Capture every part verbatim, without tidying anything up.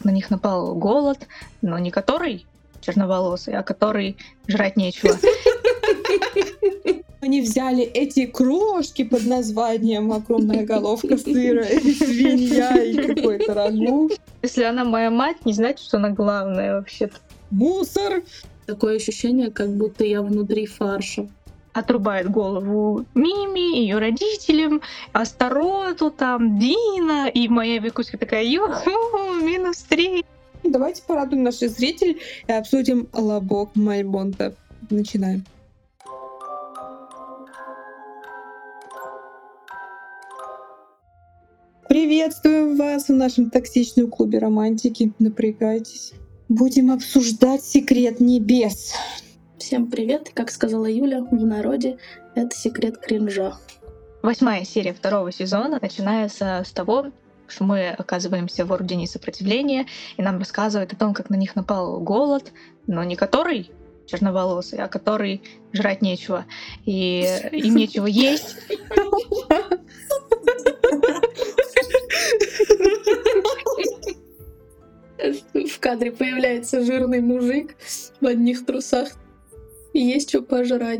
на них напал голод, но не который черноволосый, а который жрать нечего. Они взяли эти крошки под названием «Огромная головка сыра», и свинья, и какой-то рагу. Если она моя мать, не значит, что она главная вообще-то. Мусор! Такое ощущение, как будто я внутри фарша. Отрубает голову Мими, ее родителям, Астароту, там, Дина, и моя Викуська такая: «Юху, минус три». Давайте порадуем наших зрителей и обсудим лобок Мальбонта. Начинаем. Приветствуем вас в нашем токсичном клубе романтики. Напрягайтесь. Будем обсуждать секрет небес. Всем привет! Как сказала Юля, в народе это секрет кринжа. Восьмая серия второго сезона начинается с того, что мы оказываемся в Ордене Сопротивления, и нам рассказывают о том, как на них напал голод, но не который черноволосый, а который жрать нечего, и им нечего есть. В кадре появляется жирный мужик в одних трусах. И есть что пожрать.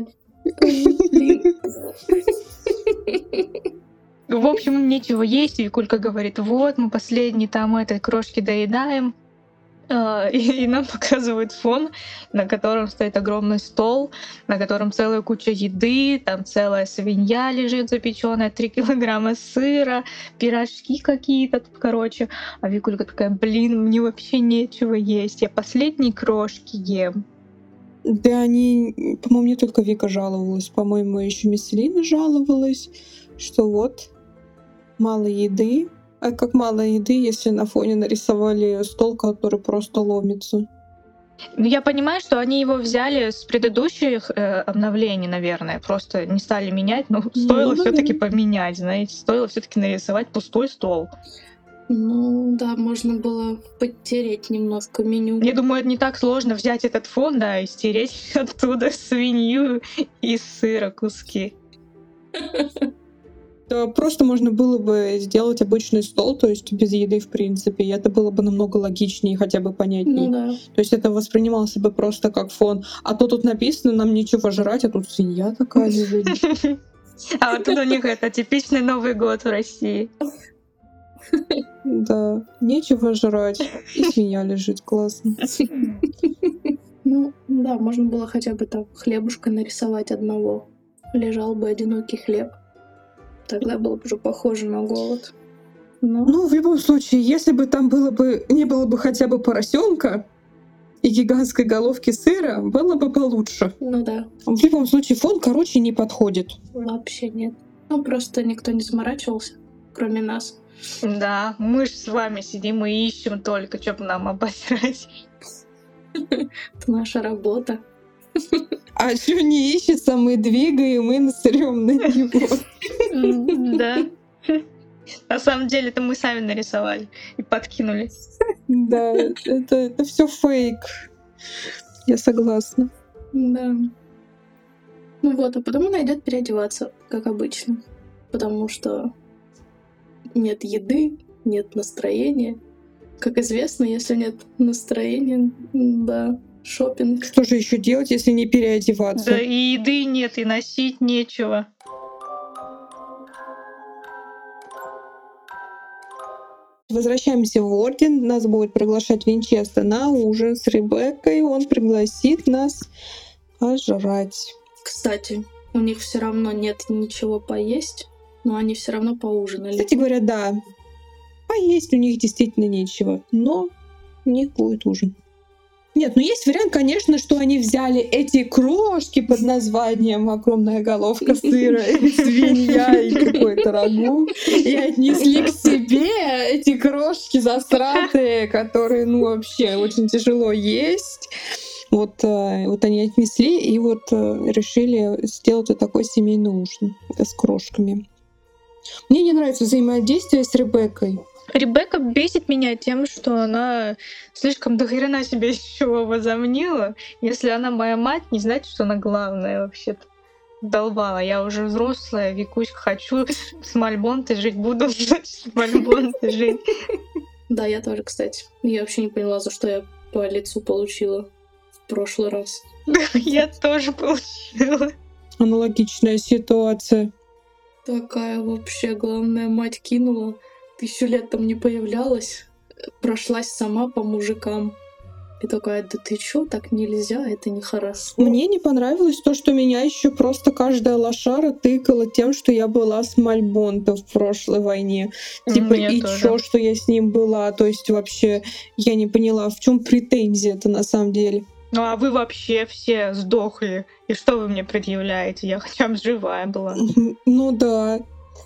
В общем, им нечего есть. Викулька говорит: вот, мы последние там этой крошки доедаем. И, и нам показывают фон, на котором стоит огромный стол, на котором целая куча еды, там целая свинья лежит запеченная, три килограмма сыра, пирожки какие-то тут, короче. А Викулька такая: блин, мне вообще нечего есть, я последние крошки ем. Да они, по-моему, не только Вика жаловалась, по-моему, еще Месселина жаловалась, что вот мало еды. А как мало еды, если на фоне нарисовали стол, который просто ломится? Ну, я понимаю, что они его взяли с предыдущих э, обновлений, наверное, просто не стали менять, но стоило Ну, все-таки наверное. поменять, знаете, стоило все-таки нарисовать пустой стол. Ну да, можно было подтереть немножко меню. Я думаю, это не так сложно взять этот фон, да, и стереть оттуда свинью и сыра куски. Да, просто можно было бы сделать обычный стол, то есть без еды в принципе, и это было бы намного логичнее и хотя бы понятнее. Ну да. То есть это воспринималось бы просто как фон. А то тут написано: нам нечего жрать, а тут свинья такая лежит. А вот тут у них это типичный Новый год в России. Да, нечего жрать, и свинья лежит, классно. Ну да, можно было хотя бы там хлебушка нарисовать одного. Лежал бы одинокий хлеб. Тогда было бы уже похоже на голод. Но... Ну, в любом случае, если бы там было бы, не было бы хотя бы поросенка и гигантской головки сыра, было бы получше. Ну да. В любом случае, фон, короче, не подходит. Вообще нет. Ну просто никто не заморачивался, кроме нас. Да, мы же с вами сидим и ищем только, чтобы нам обосрать. Это наша работа. А что не ищется, мы двигаем и насрём на него. Да. На самом деле это мы сами нарисовали и подкинули. Да, это, это все фейк. Я согласна. Да. Ну вот, а потом она идет переодеваться, как обычно. Потому что нет еды, нет настроения. Как известно, если нет настроения, да, шопинг. Что же еще делать, если не переодеваться? Да, и еды нет, и носить нечего. Возвращаемся в Орден. Нас будет приглашать Винчестер на ужин с Ребеккой. Он пригласит нас пожрать. Кстати, у них все равно нет ничего поесть, но они все равно поужинали. Кстати говоря, да, поесть у них действительно нечего, но у них будет ужин. Нет, ну есть вариант, конечно, что они взяли эти крошки под названием «Огромная головка сыра», и свинья, и какой-то рагу, и отнесли к себе эти крошки засратые, которые, ну, вообще очень тяжело есть. Вот, э, вот они отнесли и вот э, решили сделать вот такой семейный ужин с крошками. Мне не нравится взаимодействие с Ребеккой. Ребекка бесит меня тем, что она слишком дохрена себе еще возомнила. Если она моя мать, не значит, что она главная вообще-то. Долбала, я уже взрослая, Викуська, хочу с Мальбонтой жить, буду с Мальбонтой жить. Да, я тоже, кстати. Я вообще не поняла, за что я по лицу получила в прошлый раз. Я тоже получила. Аналогичная ситуация. Такая вообще, главная, мать кинула. Тысячу лет там не появлялась. Прошлась сама по мужикам. И такая, да ты чё, так нельзя, это нехорошо. Мне не понравилось то, что меня еще просто каждая лошара тыкала тем, что я была с Мальбонто в прошлой войне. Типа, Мне и тоже. чё, что я с ним была. То есть вообще я не поняла, в чем претензия-то на самом деле. Ну а вы вообще все сдохли. И что вы мне предъявляете? Я хотя бы живая была. Ну да.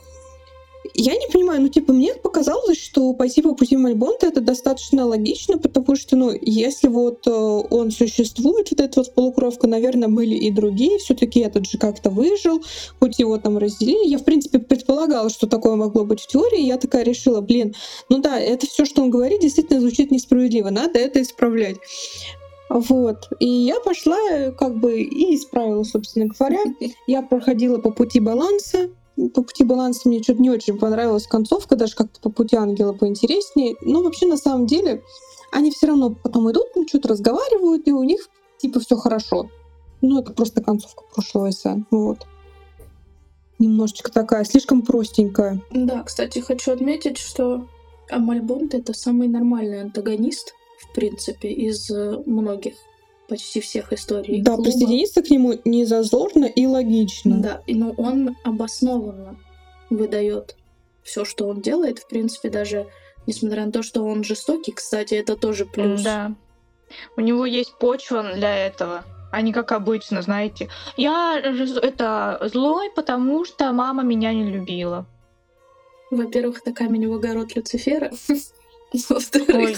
Я не понимаю, ну типа мне показалось, что пойти по пути Мальбонта это достаточно логично, потому что, ну, если вот э, он существует, вот эта вот полукровка, наверное, были и другие, все таки этот же как-то выжил, хоть его там разделили. Я, в принципе, предполагала, что такое могло быть в теории, и я такая решила, блин, ну да, это все, что он говорит, действительно звучит несправедливо, надо это исправлять. Вот. И я пошла, э, как бы, и исправила, собственно говоря. Я проходила по пути баланса. По пути баланса мне что-то не очень понравилась концовка, даже как-то по пути ангела поинтереснее. Но вообще, на самом деле, они все равно потом идут, ну, что-то разговаривают, и у них типа все хорошо. Ну, это просто концовка прошлого эссе. Вот. Немножечко такая, слишком простенькая. Да, кстати, хочу отметить, что Мальбонт — это самый нормальный антагонист, в принципе, из э, многих, почти всех историй Да, клуба. присоединиться к нему не зазорно и логично. Да, и, ну, он обоснованно выдает все, что он делает, в принципе, даже несмотря на то, что он жестокий, кстати, это тоже плюс. Да. У него есть почва для этого. А не как обычно, знаете. Я ж- это злой, потому что мама меня не любила. Во-первых, это камень в огород Люцифера. Ой, Во-вторых,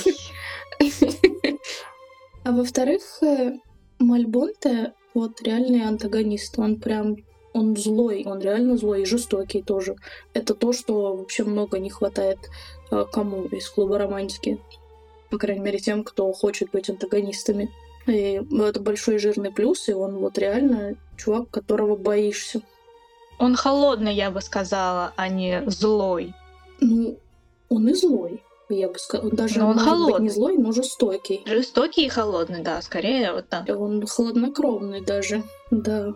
а во-вторых, э, Мальбонте вот реальный антагонист. Он прям, он злой, он реально злой и жестокий тоже. Это то, что вообще много не хватает э, кому из клуба романтики. По крайней мере, тем, кто хочет быть антагонистами. И ну, это большой жирный плюс, и он вот реально чувак, которого боишься. он холодный, я бы сказала, а не злой. Ну, он и злой, я бы сказала. Он даже Но он может быть холодный. не злой, но жестокий. Жестокий и холодный, да, скорее вот так. Он хладнокровный даже, да.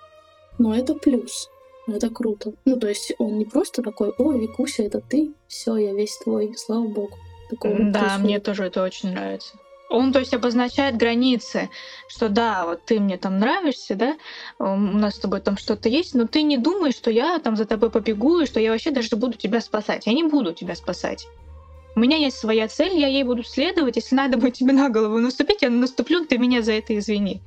Но это плюс. Это круто. Ну, то есть он не просто такой, о, Викуся, это ты, все, я весь твой, слава богу. Такого не Да, происходит. мне тоже это очень нравится. Он, то есть, обозначает границы, что да, вот ты мне там нравишься, да, м, у нас с тобой там что-то есть, но ты не думай, что я там за тобой побегу, и что я вообще даже буду тебя спасать. Я не буду тебя спасать. У меня есть своя цель, я ей буду следовать. Если надо будет тебе на голову наступить, я наступлю, ты меня за это извини.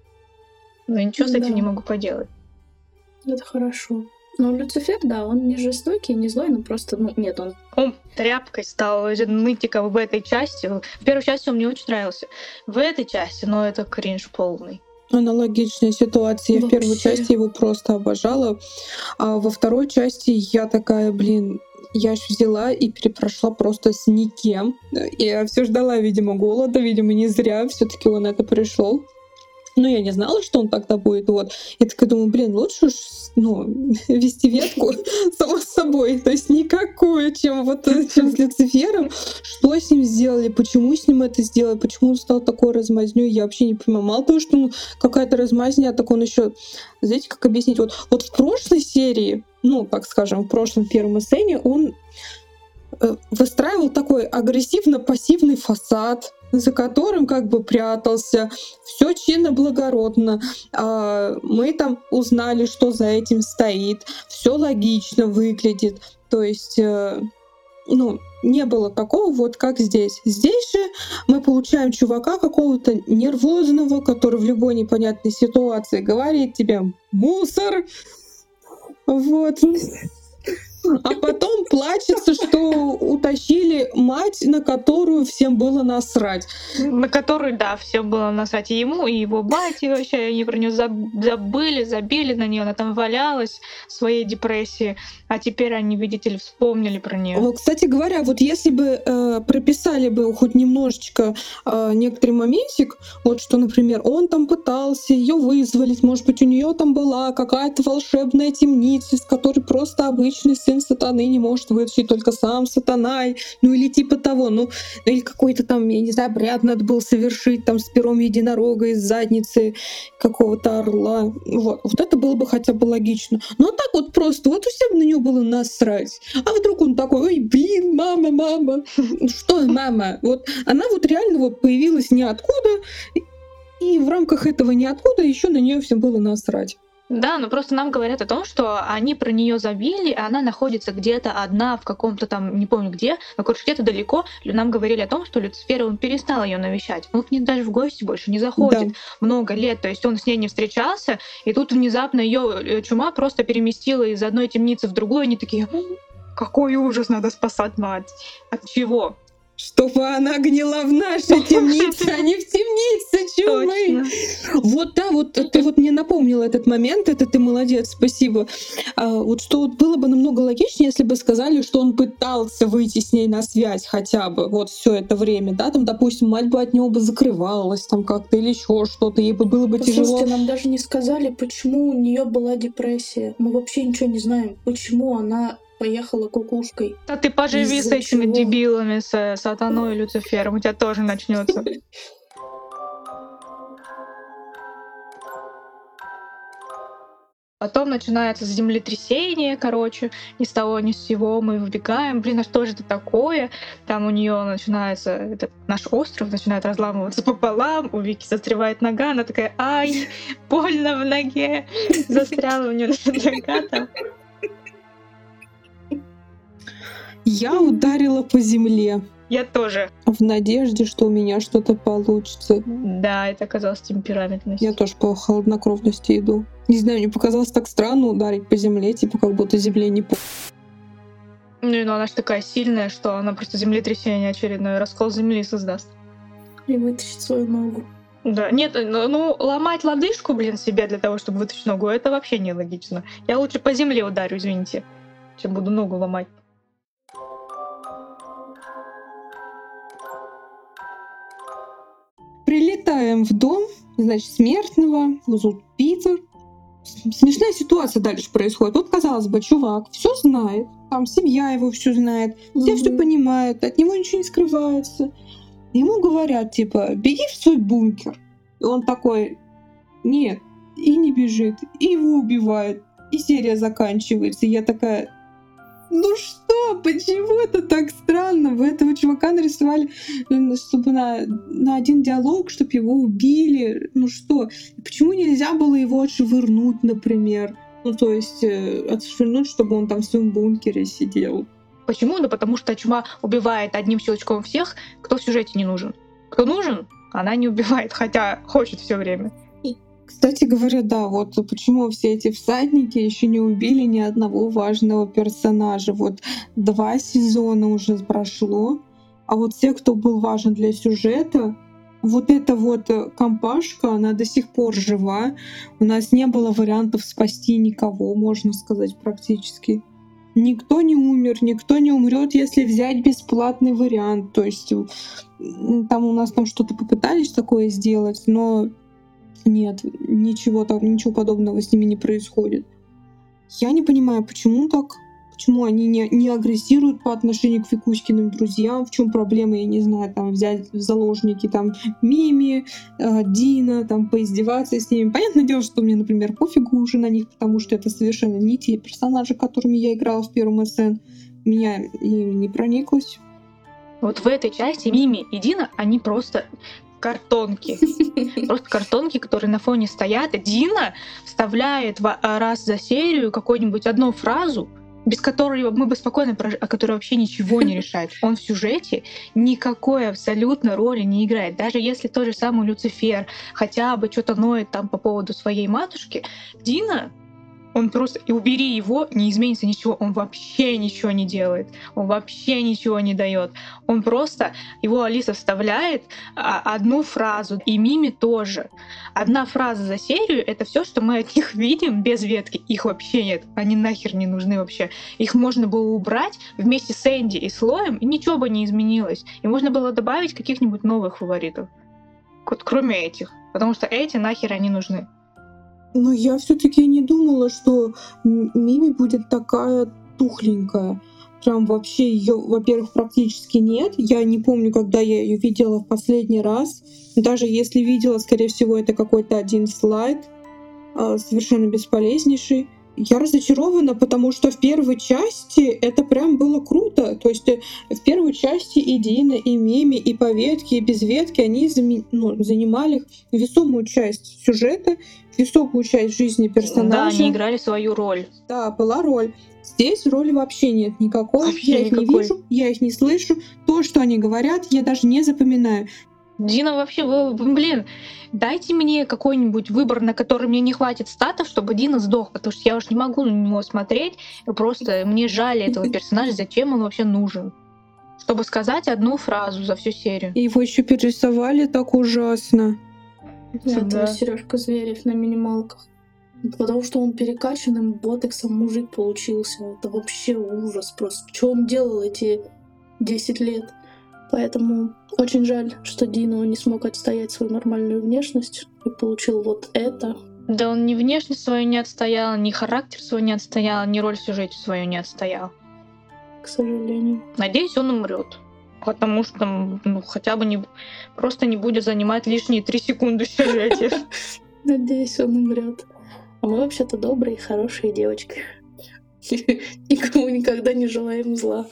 Но ничего с этим Да. не могу поделать. Это хорошо. Но Люцифер, да, он не жестокий, не злой, но просто, ну, нет, он... Он тряпкой стал нытиком в этой части. В первой части он мне очень нравился. В этой части, ну, это кринж полный. Аналогичная ситуация. Я в первой Вообще. части его просто обожала, а во второй части я такая, блин, я ж взяла и перепрошла просто с никем. Я все ждала, видимо, голода, видимо, не зря все таки он это пришел. Но я не знала, что он тогда будет. Вот. Я такая думаю, блин, лучше уж ну, вести ветку само собой. То есть никакую, чем вот э, чем с Люцифером. Что с ним сделали, почему с ним это сделали, почему он стал такой размазнёй, я вообще не понимаю. Мало того, что ну, какая-то размазня, так он еще, знаете, как объяснить? Вот, вот в прошлой серии, ну, так скажем, в прошлом первом сцене он э, выстраивал такой агрессивно-пассивный фасад, за которым как бы прятался, все чинно благородно. А, мы там узнали, что за этим стоит, все логично выглядит. То есть, э, ну, не было такого вот, как здесь. Здесь же мы получаем чувака какого-то нервозного, который в любой непонятной ситуации говорит тебе «мусор», вот. А потом плачется, что утащили мать, на которую всем было насрать. На который, да, все было насрать и ему, и его бате вообще. Они про нее забыли, забили на нее, она там валялась в своей депрессии, а теперь они, видите ли, вспомнили про нее. Вот, кстати говоря, вот если бы э, прописали бы хоть немножечко э, некоторый моментик, вот что, например, он там пытался ее вызволить, может быть, у нее там была какая-то волшебная темница, из которой просто обычный сын сатаны не может вытащить, только сам сатана, ну или типа того, ну, ну или какой-то там, я не знаю, обряд надо было совершить там с пером единорога из задницы какого-то орла. Вот, вот это было бы хотя бы логично. Но так вот просто, вот у всех на него было насрать. А вдруг он такой, ой, блин, мама, мама. Ну что мама? Вот она вот реально вот появилась ниоткуда, и в рамках этого ниоткуда еще на нее всем было насрать. Да, но просто нам говорят о том, что они про нее забили, а она находится где-то одна в каком-то там, не помню где, но короче где-то далеко. Нам говорили о том, что Люцифер, он перестал ее навещать. Он к ней даже в гости больше не заходит. Да. Много лет, то есть он с ней не встречался, и тут внезапно ее чума просто переместила из одной темницы в другую. Они такие, какой ужас, надо спасать мать. От чего? Чтобы она гнила в нашей темнице, а не в темнице чумы. Вот да, вот ты вот мне напомнила этот момент, это ты молодец, спасибо. А, вот что вот было бы намного логичнее, если бы сказали, что он пытался выйти с ней на связь хотя бы вот все это время, да, там, допустим, мать бы от него бы закрывалась там как-то или еще что-то, ей бы было бы Послушайте, тяжело. нам даже не сказали, почему у нее была депрессия. Мы вообще ничего не знаем, почему она поехала кукушкой. Да ты поживи Из-за с этими чего? дебилами, с сатаной и Люцифером, у тебя тоже начнется. Потом начинается землетрясение, короче, ни с того ни с сего мы выбегаем. Блин, а что же это такое? Там у нее начинается этот наш остров начинает разламываться пополам, у Вики застревает нога, она такая, ай, больно в ноге, застряла у нее нога там. Я ударила по земле. Я тоже. В надежде, что у меня что-то получится. Да, это оказалось темпераментность. Я тоже по холоднокровности иду. Не знаю, мне показалось так странно ударить по земле, типа как будто земле не по... Ну, ну она же такая сильная, что она просто землетрясение очередное, раскол земли создаст. И вытащить свою ногу. Да, нет, ну, ну ломать лодыжку, блин, себе для того, чтобы вытащить ногу, это вообще нелогично. Я лучше по земле ударю, извините, чем буду ногу ломать. Прилетаем в дом, значит, смертного, зовут Питер. Смешная ситуация дальше происходит. Вот, казалось бы, чувак все знает, там семья его все знает, все все понимают, от него ничего не скрывается. Ему говорят, типа, беги в свой бункер. И он такой, нет, и не бежит, и его убивают. И серия заканчивается. И я такая, ну что, почему это так странно? Вы этого чувака нарисовали, чтобы на, на один диалог, чтобы его убили. Ну что, почему нельзя было его отшвырнуть, например? Ну то есть э, отшвырнуть, чтобы он там в своем бункере сидел. Почему? Ну потому что чума убивает одним щелчком всех, кто в сюжете не нужен. Кто нужен, она не убивает, хотя хочет все время. Кстати говоря, да, вот почему все эти всадники еще не убили ни одного важного персонажа. Вот два сезона уже прошло, а вот те, кто был важен для сюжета, вот эта вот компашка, она до сих пор жива. У нас не было вариантов спасти никого, можно сказать, практически. Никто не умер, никто не умрет, если взять бесплатный вариант. То есть там у нас там что-то попытались такое сделать, но нет, ничего, там, ничего подобного с ними не происходит. Я не понимаю, почему так, почему они не, не агрессируют по отношению к Викуськиным друзьям, в чем проблема, я не знаю, там взять в заложники там Мими, э, Дина, там поиздеваться с ними. Понятное дело, что мне, например, пофигу уже на них, потому что это совершенно не те персонажи, которыми я играла в первом СН. Меня ими не прониклась. Вот в этой части Мими и Дина, они просто картонки. Просто картонки, которые на фоне стоят. Дина вставляет раз за серию какую-нибудь одну фразу, без которой мы бы спокойно прожили, а которая вообще ничего не решает. Он в сюжете никакой абсолютно роли не играет. Даже если тот же самый Люцифер хотя бы что-то ноет там по поводу своей матушки, Дина, он просто, и убери его, не изменится ничего, он вообще ничего не делает, он вообще ничего не дает. Он просто, его Алиса вставляет одну фразу, и Мими тоже. Одна фраза за серию — это все, что мы от них видим без ветки. Их вообще нет, они нахер не нужны вообще. Их можно было убрать вместе с Энди и Слоем, и ничего бы не изменилось. И можно было добавить каких-нибудь новых фаворитов. Вот кроме этих, потому что эти нахер они нужны. Но я все-таки не думала, что Мими будет такая тухленькая. Прям вообще ее, во-первых, практически нет. Я не помню, когда я ее видела в последний раз. Даже если видела, скорее всего, это какой-то один слайд, а, совершенно бесполезнейший. Я разочарована, потому что в первой части это прям было круто. То есть э, в первой части и Дина, и Мими, и по ветке, и без ветки они зами- ну, занимали весомую часть сюжета, весомую часть жизни Да, персонажа. они играли свою роль. Да, была роль. Здесь роли вообще нет никакой. Вообще Я их не никакой. вижу, я их не слышу. То, что они говорят, я даже не запоминаю. Дина вообще, вы- блин, дайте мне какой-нибудь выбор, на который мне не хватит статов, чтобы Дина сдох, потому что я уж не могу на него смотреть. Просто мне жаль этого персонажа, зачем он вообще нужен? Чтобы сказать одну фразу за всю серию. И его еще перерисовали так ужасно. Это Да. Сережка Зверев на минималках. Потому что он перекачанным ботексом мужик получился. Это вообще ужас просто. Что он делал эти десять лет? Поэтому очень жаль, что Дино не смог отстоять свою нормальную внешность и получил вот это. Да он ни внешность свою не отстоял, ни характер свой не отстоял, ни роль в сюжете свою не отстоял. К сожалению. Надеюсь, он умрет. Потому что ну, хотя бы не, просто не будет занимать лишние три секунды в сюжете. Надеюсь, он умрет. А мы вообще-то добрые, хорошие девочки. Никому никогда не желаем зла.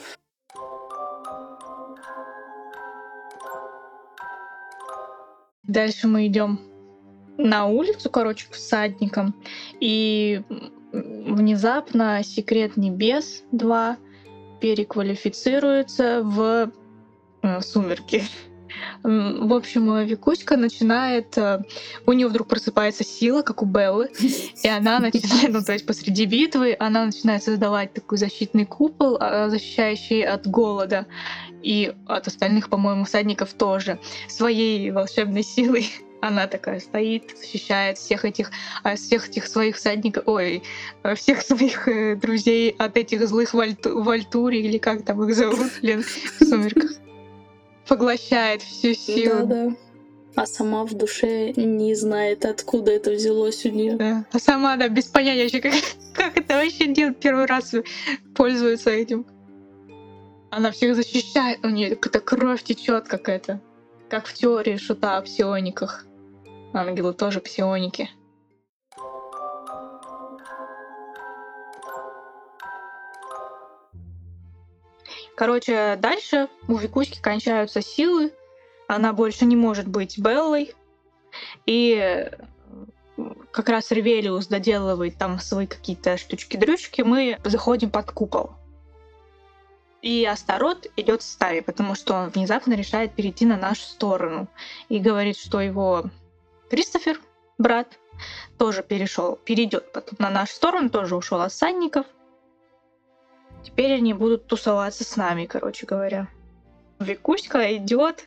Дальше мы идем на улицу, короче, к всадникам. И м, внезапно Секрет Небес два переквалифицируется в э, Сумерки. М, В общем, э, Викуська начинает... э, У нее вдруг просыпается сила, как у Беллы, и она начинает, ну, то есть посреди битвы, она начинает создавать такой защитный купол, а, защищающий от голода, и от остальных, по-моему, всадников тоже. Своей волшебной силой она такая стоит, защищает всех этих, а, всех этих своих всадников, ой, э, всех своих э, друзей от этих злых вальту- вальтури, или как там их зовут, блин, в «Сумерках». Поглощает всю силу. Да-да. А сама в душе не знает, откуда это взялось у нее. Да. А сама, да, без понятия вообще, как, как это вообще делать, первый раз пользуется этим. Она всех защищает, у нее какая-то кровь течет какая-то. Как в теории шута о псиониках. Ангелы тоже псионики. Короче, дальше у Викуськи кончаются силы. Она больше не может быть Беллой. И э, как раз Ревелиус доделывает там свои какие-то штучки-дрючки. Мы заходим под купол. И Астарот идет с Тави, потому что он внезапно решает перейти на нашу сторону. И говорит, что его Кристофер, брат, тоже перешел, перейдет потом на нашу сторону, тоже ушел от всадников. Теперь они будут тусоваться с нами, короче говоря. Викуська идет,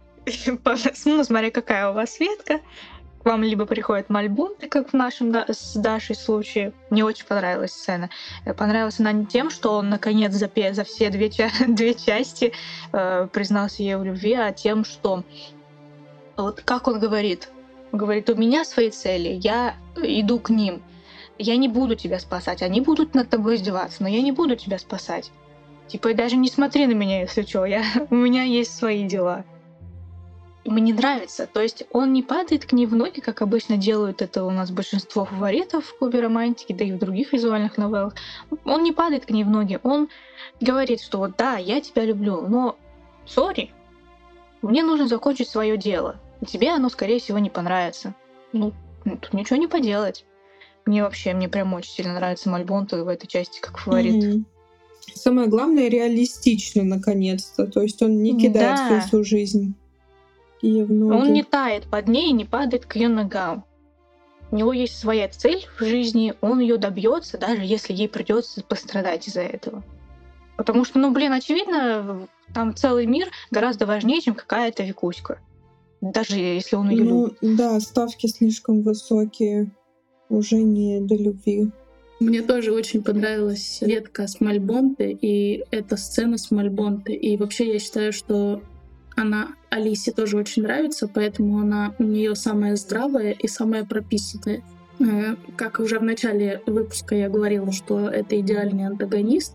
ну, смотря какая у вас ветка, к вам либо приходят мальбунты, как в нашем да, с Дашей случае. Мне очень понравилась сцена. Э, Понравилась она не тем, что он наконец за, пе- за все две, ча- две части э, признался ей в любви, а тем, что вот как он говорит, он говорит, у меня свои цели, я иду к ним, я не буду тебя спасать, они будут над тобой издеваться, но я не буду тебя спасать. Типа, и даже не смотри на меня, если что, я, у меня есть свои дела. И мне нравится. То есть он не падает к ней в ноги, как обычно делают это у нас большинство фаворитов в клубе романтики, да и в других визуальных новеллах. Он не падает к ней в ноги. Он говорит, что вот да, я тебя люблю, но сори, мне нужно закончить свое дело. И тебе оно, скорее всего, не понравится. Ну, ну, тут ничего не поделать. Мне вообще, мне прям очень сильно нравится Мальбонту в этой части как фаворит. Мгм. Самое главное, реалистично, наконец-то. То есть он не кидает Да. всю свою жизнь ей в ноги. Он не тает под ней и не падает к ее ногам. У него есть своя цель в жизни, он ее добьется, даже если ей придется пострадать из-за этого. Потому что, ну, блин, очевидно, там целый мир гораздо важнее, чем какая-то Викуська. Даже если он ее Ну, любит. да, ставки слишком высокие. Уже не до любви. Мне тоже очень понравилась ветка с Мальбонте и эта сцена с Мальбонте. И вообще я считаю, что она Алисе тоже очень нравится, поэтому она у нее самая здравая и самая прописанная. Э, Как уже в начале выпуска я говорила, что это идеальный антагонист,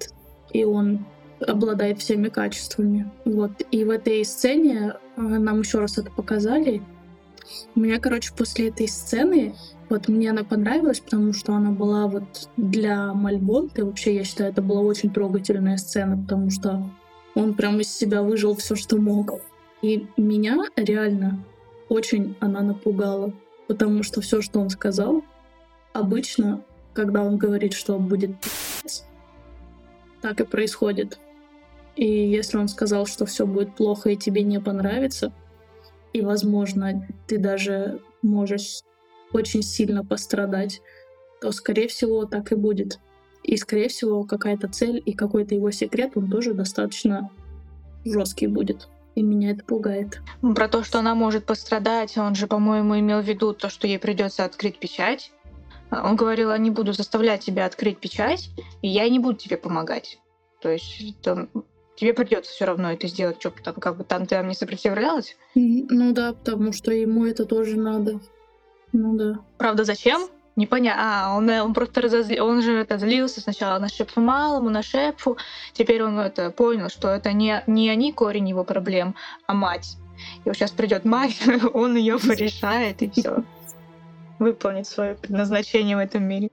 и он обладает всеми качествами. Вот. И в этой сцене а, нам еще раз это показали. У меня, короче, после этой сцены, вот мне она понравилась, потому что она была вот для Мальбонты. Вообще, я считаю, это была очень трогательная сцена, потому что он прям из себя выжил все, что мог. И меня реально очень она напугала, потому что все, что он сказал, обычно, когда он говорит, что будет пи***ц, так и происходит. И если он сказал, что все будет плохо и тебе не понравится, и, возможно, ты даже можешь очень сильно пострадать, то, скорее всего, так и будет. И, скорее всего, какая-то цель и какой-то его секрет, он тоже достаточно жесткий будет. И меня это пугает. Про то, что она может пострадать, он же, по-моему, имел в виду то, что ей придется открыть печать. Он говорил, я не буду заставлять тебя открыть печать, и я не буду тебе помогать. То есть там, тебе придется все равно это сделать, что там, как бы там ты там не сопротивлялась. Ну да, потому что ему это тоже надо. Ну да. Правда, зачем? Непонятно. А, он, он просто разозли... он же это злился сначала на Шепфу Малому, на Шепфу. Теперь он это понял, что это не, не они корень его проблем, а мать. И вот сейчас придет мать, он ее порешает, и все. Выполнит свое предназначение в этом мире.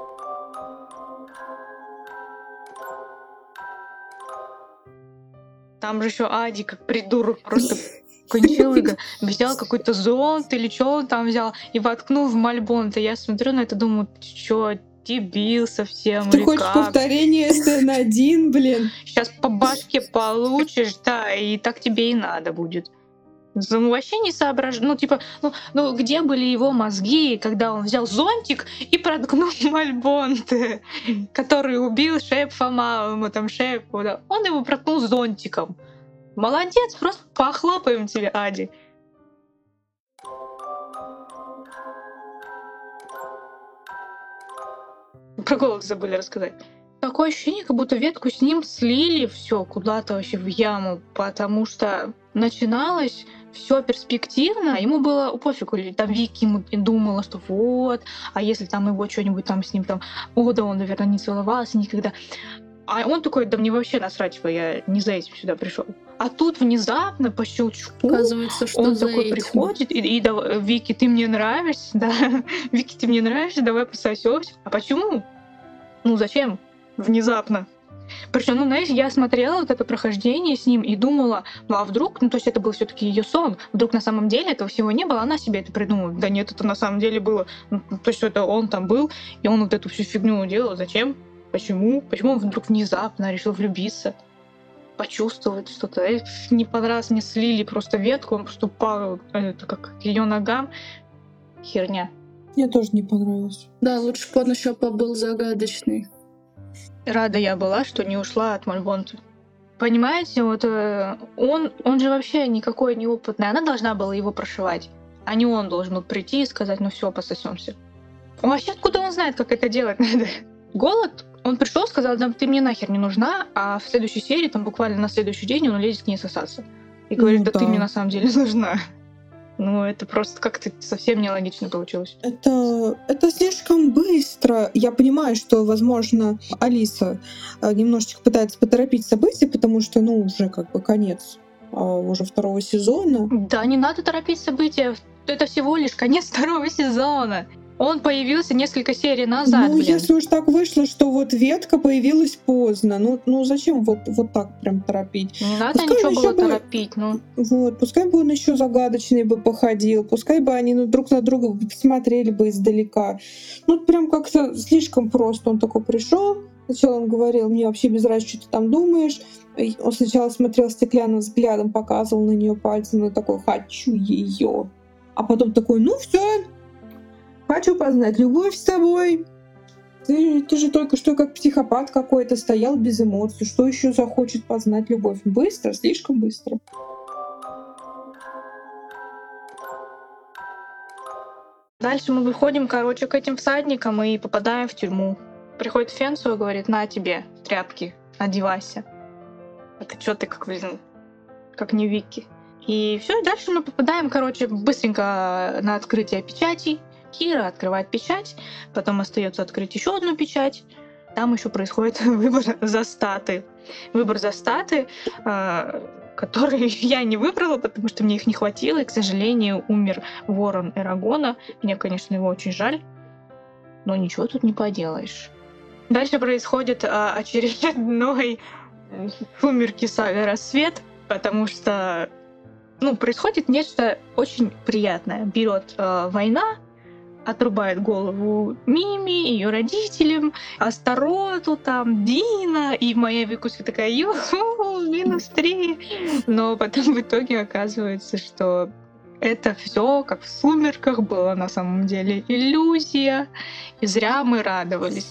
Там же еще Ади, как придурок, просто кончилыга, взял какой-то зонт или что он там взял и воткнул в Мальбонта. Я смотрю на это, думаю, чё, дебил совсем. Ты или хочешь как? повторение сцены один, блин? Сейчас по башке получишь, да, и так тебе и надо будет. Ну, вообще не соображаю. Ну, типа, ну, ну, где были его мозги, когда он взял зонтик и проткнул Мальбонте, который убил Шепфа Малому, там, Шепфу, да. Он его проткнул зонтиком. Молодец, просто похлопаем тебе, Ади. Про голос забыли рассказать. Такое ощущение, как будто ветку с ним слили все куда-то вообще в яму, потому что начиналось все перспективно, а ему было пофигу, или там Вики ему думала, что вот, а если там его что-нибудь там с ним там, о, да он, наверное, не целовался никогда. А он такой, да мне вообще насрать, типа, я не за этим сюда пришел. А тут внезапно по щелчку Оказывается, что он за такой этим. приходит и, и да, Вики, ты мне нравишься, да, Вики, ты мне нравишься, давай пососёшься. А почему? Ну зачем? Внезапно. Причем, ну, знаешь, я смотрела вот это прохождение с ним и думала, ну а вдруг, ну то есть это был все-таки ее сон, вдруг на самом деле этого всего не было, она себе это придумала. Да нет, это на самом деле было. Ну, то есть это он там был, и он вот эту всю фигню делал. Зачем? Почему? Почему он вдруг внезапно решил влюбиться? Почувствовать что-то. Э, не понравилось, мне слили просто ветку, он просто упал, это как к ее ногам. Херня. Мне тоже не понравилось. Да, лучше бы он еще побыл загадочный. Рада я была, что не ушла от Мальбонта. Понимаете, вот э, он, он же вообще никакой не опытный. Она должна была его прошивать, а не он должен был прийти и сказать, ну все, пососемся. Вообще, откуда он знает, как это делать надо? Голод, он пришел, сказал, да ты мне нахер не нужна, а в следующей серии, там буквально на следующий день он лезет к ней сосаться. И говорит, Ну да, да. ты мне на самом деле нужна. Ну, это просто как-то совсем нелогично получилось. Это, это слишком быстро. Я понимаю, что, возможно, Алиса э, немножечко пытается поторопить события, потому что, ну, уже как бы конец а, уже второго сезона. Да, не надо торопить события. Это всего лишь конец второго сезона. Он появился несколько серий назад, Ну, блин. если уж так вышло, что вот ветка появилась поздно, ну, ну зачем вот, вот так прям торопить? Не надо Пускай ничего он было ещё бы- торопить, ну. Вот, пускай бы он еще загадочный бы походил, пускай бы они ну, друг на друга бы посмотрели бы издалека. Ну, прям как-то слишком просто. Он такой пришел, сначала он говорил, мне вообще без разницы, что ты там думаешь. И он сначала смотрел стеклянным взглядом, показывал на нее пальцем, и такой, хочу ее. А потом такой, ну все, хочу познать любовь с тобой. Ты, ты же только что как психопат какой-то стоял без эмоций. Что еще захочет познать любовь? Быстро, слишком быстро. Дальше мы выходим, короче, к этим всадникам и попадаем в тюрьму. Приходит Фенсу и говорит, на тебе тряпки, одевайся. А ты чё ты как, блин, как не Вики. И все, дальше мы попадаем, короче, быстренько на открытие печатей. Кира открывает печать, потом остается открыть еще одну печать. там еще происходит выбор за статы. Выбор за статы, а, которые я не выбрала, потому что мне их не хватило, и, к сожалению, умер ворон Эрагона. Мне, конечно, его очень жаль, но ничего тут не поделаешь. Дальше происходит а, очередной «Сумерки. Сага. Рассвет», потому что ну, происходит нечто очень приятное. Берет э, война, отрубает голову Мими, ее родителям, Астароту, там, Дина, и моя Викуська такая, ю-ху, минус три. Но потом в итоге оказывается, что это все как в «Сумерках» было на самом деле иллюзия, и зря мы радовались.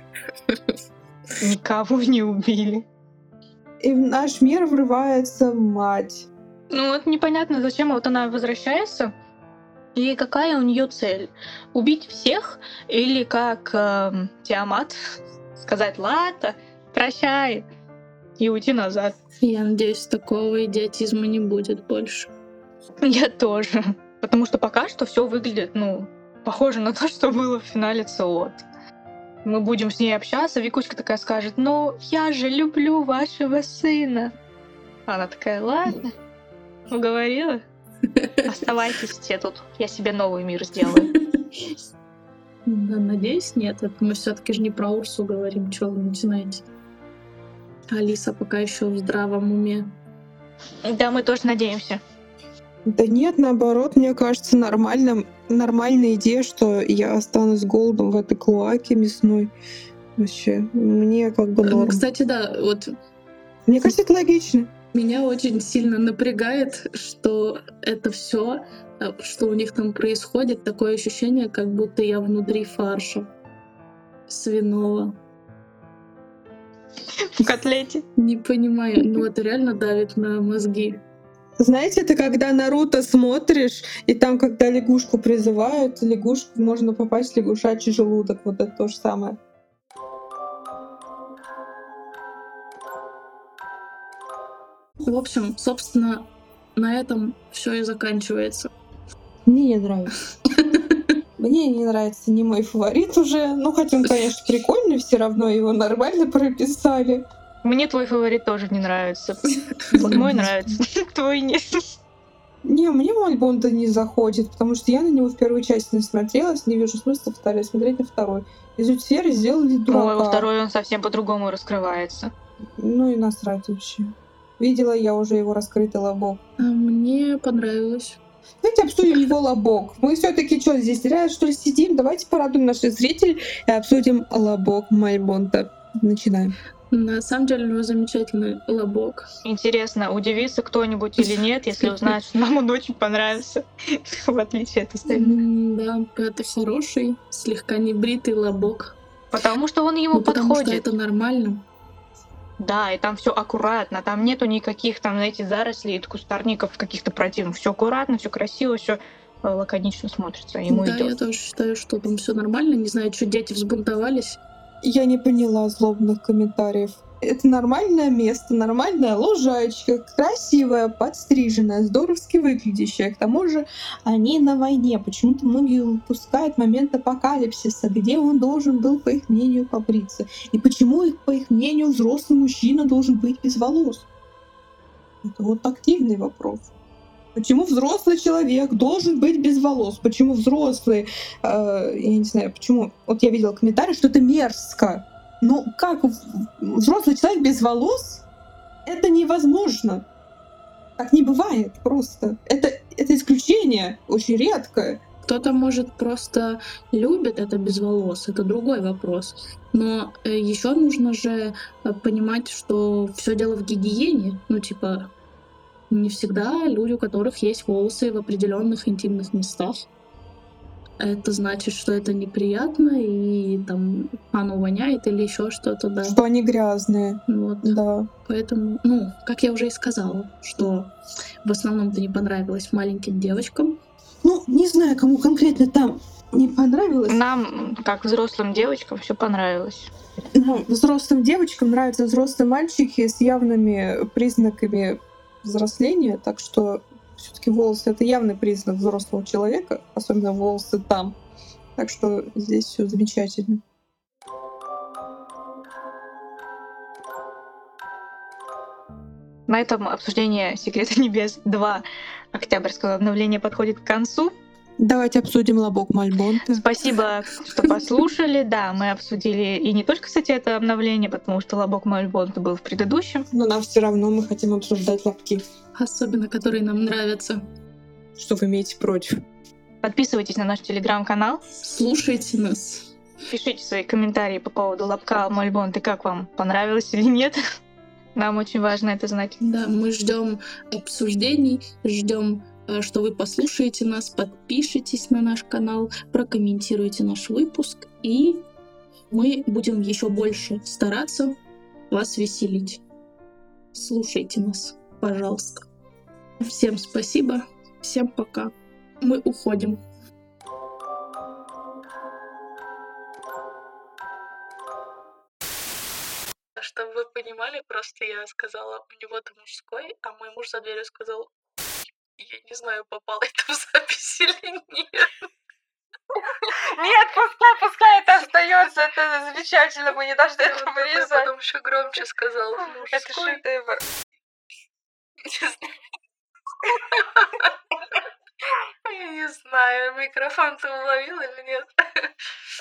Никого не убили. И в наш мир врывается мать. Ну вот непонятно, зачем вот она возвращается и какая у нее цель. Убить всех или как э, Тиамат сказать «Ладно, прощай» и уйти назад. Я надеюсь, такого идиотизма не будет больше. Я тоже. Потому что пока что все выглядит, ну, похоже на то, что было в финале ЦОД. Мы будем с ней общаться, Викуська такая скажет: «Ну, я же люблю вашего сына». Она такая: «Ладно, уговорила. Оставайтесь все тут, я себе новый мир сделаю». Да, надеюсь, нет. Это мы все-таки же не про Урсу говорим, что вы начинаете. Алиса пока еще в здравом уме. Да, мы тоже надеемся. Да нет, наоборот, мне кажется, нормальным, нормальная идея, что я останусь голодом в этой клоаке мясной. Вообще, мне как бы норм. Кстати, да, вот Мне кажется, это логично. меня очень сильно напрягает, что это все, что у них там происходит, такое ощущение, как будто я внутри фарша свиного. В котлете. Не понимаю, ну это реально давит на мозги. Знаете, это когда Наруто смотришь, и там, когда лягушку призывают, лягушку можно попасть в лягушачий желудок. Вот это то же самое. В общем, собственно, на этом все и заканчивается. Мне не нравится. Мне не нравится, не мой фаворит уже. Ну, хотя он, конечно, прикольный, все равно его нормально прописали. Мне твой фаворит тоже не нравится. Вот мой нравится, твой нет. Не, мне Мальбонда не заходит, потому что я на него в первую часть не смотрелась, не вижу смысла второй, смотреть на второй. Из Люцифера сделали дурака. Ой, во второй он совсем по-другому раскрывается. Ну и насрать вообще. Видела я уже его раскрытый лобок. А мне понравилось. Давайте обсудим его лобок. Мы все-таки что, здесь реально что ли сидим? Давайте порадуем наших зрителей и обсудим лобок Мальбонда. Начинаем. На самом деле у него замечательный лобок. Интересно, удивится кто-нибудь или нет, если узнает, что нам он очень понравился, в отличие от остальных. М, Да, это хороший, слегка небритый лобок. Потому что он ему Ну, потому что подходит. это нормально. Да, и там все аккуратно, там нету никаких там, знаете, зарослей, кустарников каких-то противных. Все аккуратно, все красиво, все лаконично смотрится. Ему Да, я идет. тоже считаю, что там все нормально. Не знаю, что дети взбунтовались. Я не поняла злобных комментариев. Это нормальное место, нормальная лужайка, красивая, подстриженная, здоровски выглядящая. К тому же они на войне. Почему-то многие упускают момент апокалипсиса, где он должен был, по их мнению, побриться. И почему, по их мнению, взрослый мужчина должен быть без волос? Это вот активный вопрос. Почему взрослый человек должен быть без волос? Почему взрослый, э, я не знаю, почему... Вот я видела комментарий, что это мерзко. Ну как взрослый человек без волос? Это невозможно. Так не бывает просто. Это, это исключение, очень редкое. Кто-то, может, просто любит это без волос, это другой вопрос. Но еще нужно же э, понимать, что все дело в гигиене. Ну, типа, не всегда люди, у которых есть волосы в определенных интимных местах, это значит, что это неприятно и там оно воняет или еще что-то, да. Что они грязные. Вот. Да. Поэтому, ну, как я уже и сказала, что в основном-то не понравилось маленьким девочкам. Ну, не знаю, кому конкретно там не понравилось. Нам, как взрослым девочкам, все понравилось. Ну, взрослым девочкам нравятся взрослые мальчики с явными признаками взросления, так что все-таки волосы — это явный признак взрослого человека, особенно волосы там. Так что здесь все замечательно. На этом обсуждение «Секреты небес два» октябрьского обновления подходит к концу. Давайте обсудим Лобок Мальбонта. Спасибо, что послушали. Да, мы обсудили и не только, кстати, это обновление, потому что Лобок Мальбонта был в предыдущем. Но нам все равно мы хотим обсуждать лобки. Особенно, которые нам нравятся. Что вы имеете против? Подписывайтесь на наш телеграм-канал. Слушайте нас. Пишите свои комментарии по поводу Лобка Мальбонта, как вам понравилось или нет. Нам очень важно это знать. Да, мы ждем обсуждений, ждем, что вы послушаете нас, подпишитесь на наш канал, прокомментируйте наш выпуск, и мы будем еще больше стараться вас веселить. Слушайте нас, пожалуйста. Всем спасибо, всем пока. Мы уходим. Чтобы вы понимали, просто я сказала, у него-то мужской, а мой муж за дверью сказал, я не знаю, попало это в запись или нет. Нет, пускай, пускай это остается, это замечательно, мы не должны это вырезать. Потом еще громче сказал мужской. Это шедевр. Я не знаю, микрофон ты уловил или нет?